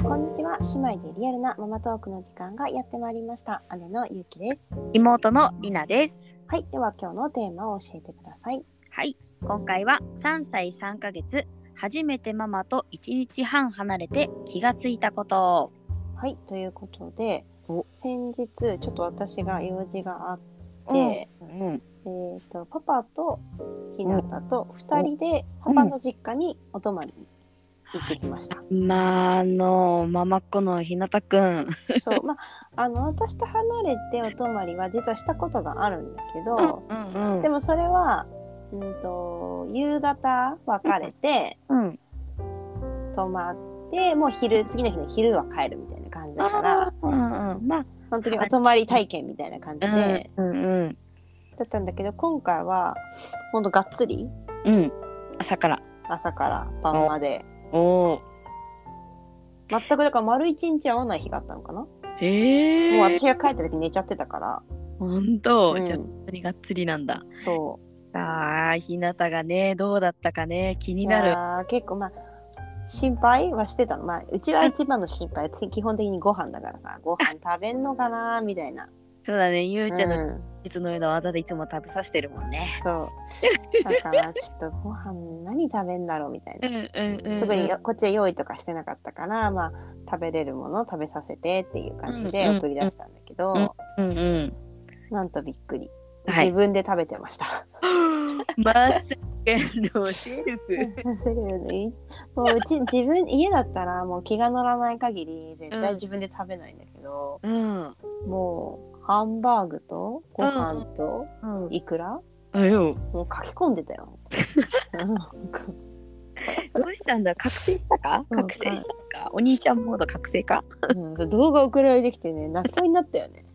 こんにちは。姉妹でリアルなママトークの時間がやってまいりました。姉のゆうきです。 妹のりなです。 はい、では今日のテーマを教えてください。 はい、今回は3歳3ヶ月初めてママと1日半離れて気がついたこと。 はい、ということで先日ちょっと私が用事があって、パパとひなたと2人でパパの実家にお泊まりに行ってきました。 ママっ子のひなたくんそう、私と離れてお泊まりは実はしたことがあるんだけど、でもそれは、夕方別れて、泊まってもう次の日の昼は帰るみたいな感じだから、本当にお泊まり体験みたいな感じで、だったんだけど、今回はほんとがっつり、朝から晩まで全くだから丸一日会わない日があったのかな。もう私が帰った時寝ちゃってたから。 本当、じゃあ本当にがっつりなんだ。 そうひなたがねどうだったかね気になる。 結構心配はしてたの。うちは一番の心配、基本的にご飯だからさ、ご飯食べんのかなみたいな。 そうだね、ゆうちゃんの実のような技でいつも食べさせてるもんね。 そうだからちょっとご飯何食べんだろうみたいな。特にこっちは用意とかしてなかったから、食べれるもの食べさせてっていう感じで送り出したんだけど、なんとびっくり、自分で食べてました。 まさかのセルフもう自分家だったらもう気が乗らない限り絶対自分で食べないんだけど、もうハンバーグとご飯とイクラ、もう書き込んでたよ。 どうしたんだ、覚醒したか、お兄ちゃんモード覚醒か、 動画送られてきてね、泣きそうになったよね。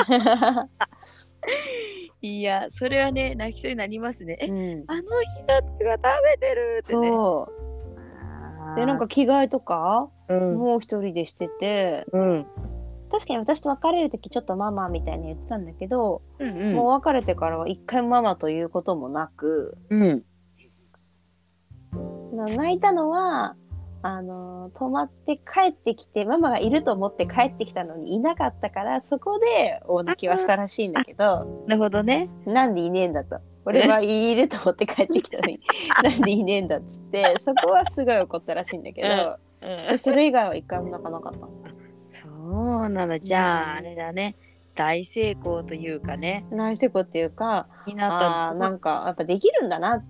いや、それはね、泣きそうになりますね。あのひなたが食べてるってね。 そうで、なんか着替えとか、もう一人でしてて、確かに私と別れる時ちょっとママみたいに言ってたんだけど、もう別れてからは一回ママということもなく、泣いたのは泊まって帰ってきてママがいると思って帰ってきたのにいなかったから、そこで大泣きはしたらしいんだけど、 なるほどね。 なんでいねえんだと、俺はいると思って帰ってきたのになんでいねえんだっつって、そこはすごい怒ったらしいんだけど、それ以外は一回も泣かなかった。 そうなの。じゃああれだね、大成功というかね、 大成功っていうか、なんかやっぱできるんだなって。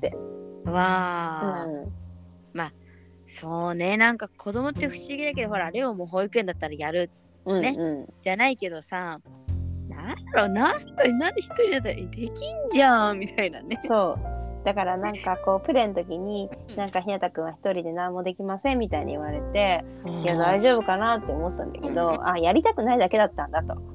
そうね、なんか子供って不思議だけど、ほらレオも保育園だったらやるね、じゃないけどさ、なんだろう、なんで一人だったらできんじゃんみたいなね。 そうだからなんかこうプレの時になんかひなたくんは一人で何もできませんみたいに言われて、いや大丈夫かなって思ってたんだけど、やりたくないだけだったんだと。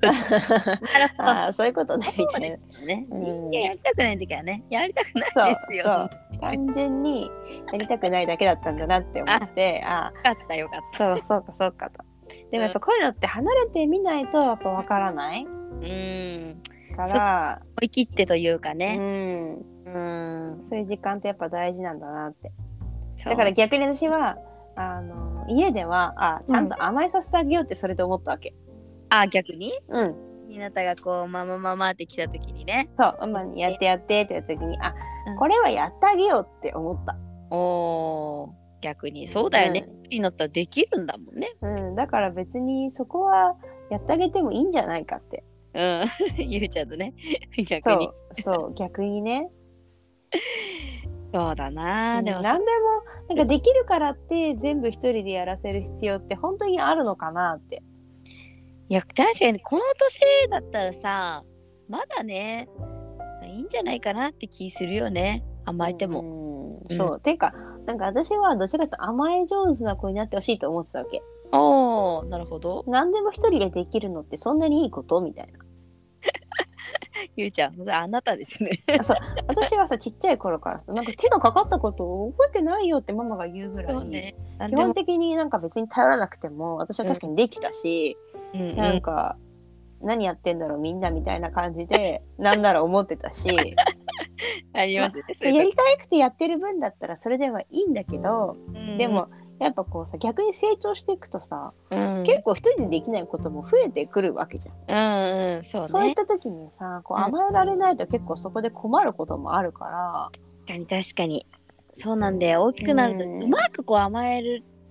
そういうことねみたいな。やりたくない時はね、やりたくないですよ。そう単純にやりたくないだけだったんだなって思って、 よかった。 そうかと。でもやっぱこういうのって離れてみないとやっぱわからないから思い切ってというかね、 そういう時間ってやっぱ大事なんだなって。だから逆に私は家ではちゃんと甘えさせてあげようってそれで思ったわけ。 逆にひなたがこうママって来た時にね、 そうママにやってって言った時にこれはやってあげようって思った。 逆にそうだよね、になったらできるんだもんね。 だから別にそこはやってあげてもいいんじゃないかって。 ゆうちゃんのね逆にそう逆にね。 そうだな。でも何でもなんかできるからって全部一人でやらせる必要って本当にあるのかなって。 いや確かにこの年だったらさ、まだねいいんじゃないかなって気するよね、甘えても。 そうていうかなんか私はどちらかというと甘え上手な子になってほしいと思ってたわけ。 なるほど。 何でも一人でできるのってそんなにいいことみたいな。 ゆうちゃん、それあなたですね。 そう私はさちっちゃい頃からなんか手のかかったことを覚えてないよってママが言うぐらい、基本的になんか別に頼らなくても私は確かにできたし、なんか何やってんだろうみんなみたいな感じでなんなら思ってたしありますね、 やりたくてやってる分だったらそれではいいんだけど、でもやっぱこうさ逆に成長していくとさ、結構一人でできないことも増えてくるわけじゃん。そうね。そういった時にさこう甘えられないと結構そこで困ることもあるから、 確かにそうなんだよ。大きくなるとうまくこう甘えるって、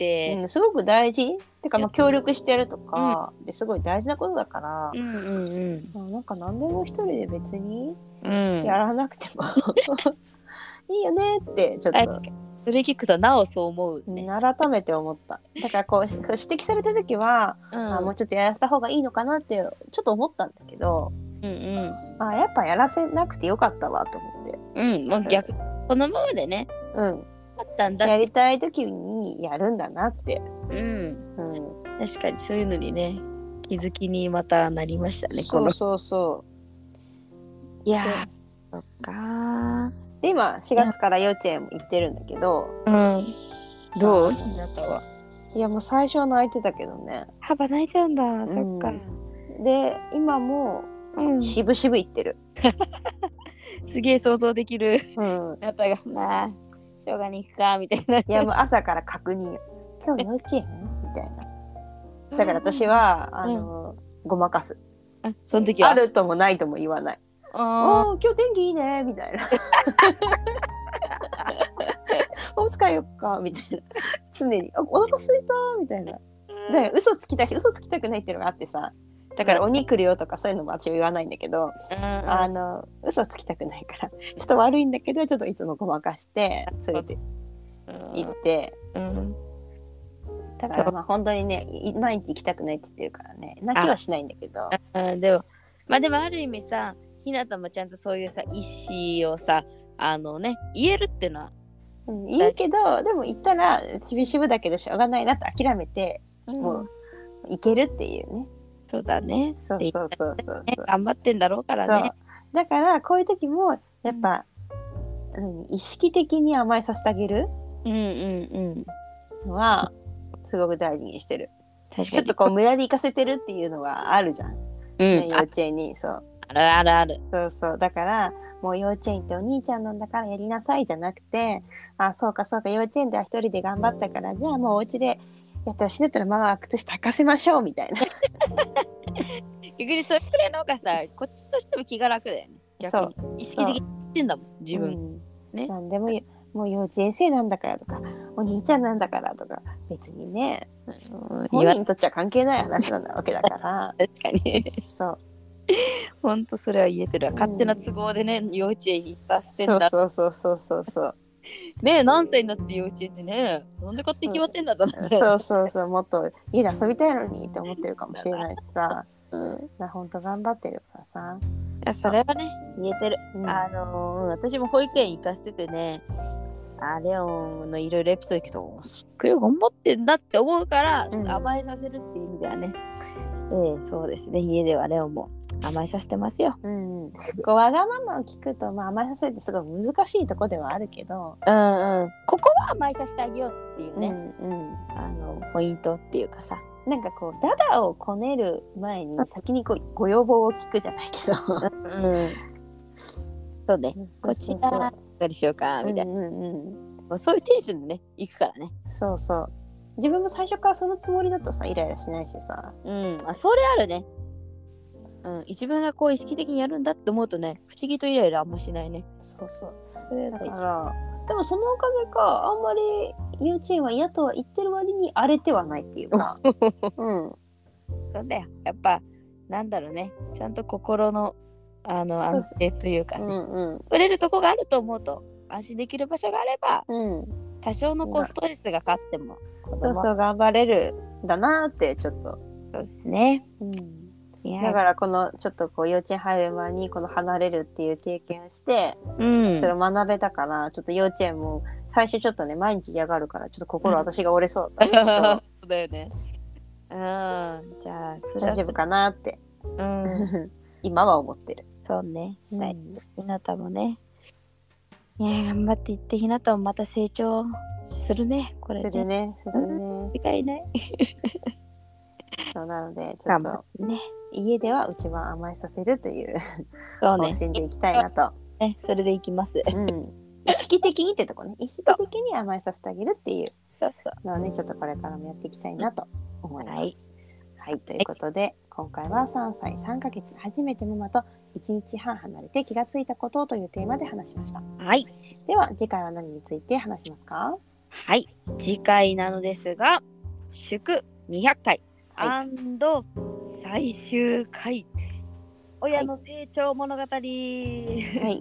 すごく大事てか、協力してるとか、ですごい大事なことだから、なんか何でも一人で別にやらなくても、いいよねってちょっとそれ聞くとなおそう思う、 ね、改めて思った。だからこう指摘された時は、もうちょっとやらせた方がいいのかなってちょっと思ったんだけど、やっぱやらせなくてよかったわと思って。 もう逆このままでね、あったんだってやりたい時にやるんだなって。 確かにそういうのにね気づきにまたなりましたね。 そういやそっか。 で今4月から幼稚園も行ってるんだけど、 どう？ひなたは。 いやもう最初は泣いてたけどね。 泣いちゃうんだ。そっか。 で今も渋々行ってる。 すげえ想像できる。あなたがなしょうがに行くかみたいな。いやもう朝から確認。今日幼稚園みたいな。だから私はごまかす。 その時はあるともないとも言わない。今日天気いいねみたいな。お使いよっかみたいな。常にお腹すいたみたいな。だから嘘つきたくないっていうのがあってさ。だから鬼来るよとかそういうのも私は言わないんだけど、嘘つきたくないからちょっと悪いんだけどちょっといつもごまかして連れて行って、だからまあ本当にね毎日行きたくないって言ってるからね泣きはしないんだけど、 でもある意味さひなたもちゃんとそういうさ意思をさ言えるっていうのは、 言うけどでも言ったらしぶだけどしょうがないなって諦めて、もういけるっていうね。 そうだね。 そう頑張ってんだろうからね。 だからこういう時もやっぱ、意識的に甘えさせてあげるのはすごく大事にしてる。ちょっとこう無理やり行かせてるっていうのがあるじゃん。幼稚園にある。 そうだからもう幼稚園ってお兄ちゃんなんだからやりなさいじゃなくて、そうか幼稚園では一人で頑張ったからじゃあもうお家でやってほしいんだったらママは靴下履かせましょうみたいな。 逆にそれくらいの方がさこっちとしても気が楽だよね。逆に意識的に言ってんだもん自分、 なんでももう幼稚園生なんだからとかお兄ちゃんなんだからとか別にね、本人にとっちゃ関係ない話なんだわけだから確かにそうほんとそれは言えてるわ、勝手な都合でね幼稚園に行かせてんだ。 そうねえ何歳になって幼稚園ってねなんで勝手に決まってんだってそうもっと家で遊びたいのにって思ってるかもしれないしさほんと頑張ってるからさ。 いやそれはね言えてる、私も保育園行かせててねレオンのいろいろエピソード聞くとすっごい頑張ってんだって思うから、甘えさせるっていう意味ではね、そうですね家ではレオンも甘えさせてますよ。 こうわがままを聞くと、甘えさせるってすごい難しいとこではあるけど、 ここは甘えさせてあげようっていうね、ポイントっていうかさなんかこうダダをこねる前に先にこうご要望を聞くじゃないけどそうねこちらいかがでしょうかみたいな、そういうテンションでね行くからね。 そう自分も最初からそのつもりだとさイライラしないしさ、 それあるね。自分がこう意識的にやるんだって思うとね不思議とイライラあんましないね。 それだからでもそのおかげかあんまり幼稚園は嫌とは言ってる割に荒れてはないっていうかそうだよやっぱなんだろうねちゃんと心の安定というかね、触れるとこがあると思うと安心できる場所があれば、多少のこうストレスがかかっても頑張れるんだなってちょっとそうですね、 だからこのちょっとこう幼稚園入る前にこの離れるっていう経験をして、それを学べたからちょっと幼稚園も最初ちょっとね毎日嫌がるからちょっと心私が折れそうだったけど、 そうだよね。じゃあ大丈夫かなって、今は思ってる。 そうね。ひなたもね。頑張っていってひなたもまた成長するねこれね。するね。 間違いない。そうなのでちょっと家ではうちは甘えさせるという方針でいきたいなと。 それでいきます。 意識的にってとこね。意識的に甘えさせてあげるっていうそうそうなのでちょっとこれからもやっていきたいなと思います。 はいはい、ということで、今回は3歳3ヶ月初めてママと1日半離れて気がついたことというテーマで話しました。 はい。 では次回は何について話しますか？ はい。次回なのですが、祝200回、はい、最終回、親の成長物語。はい、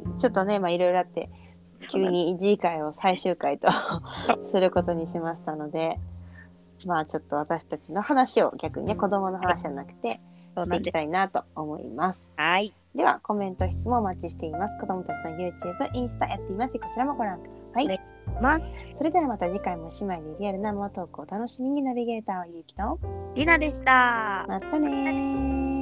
ちょっとね、いろいろあって急に次回を最終回とすることにしましたので、ちょっと私たちの話を逆にね、子供の話じゃなくてしていきたいなと思います。 はい。 ではコメント質問お待ちしています。子供たちの YouTube、インスタやっています。こちらもご覧ください。お願いします。 それではまた次回も姉妹でリアルなママトークを楽しみに。ナビゲーターはゆうきとりなでした。 またね。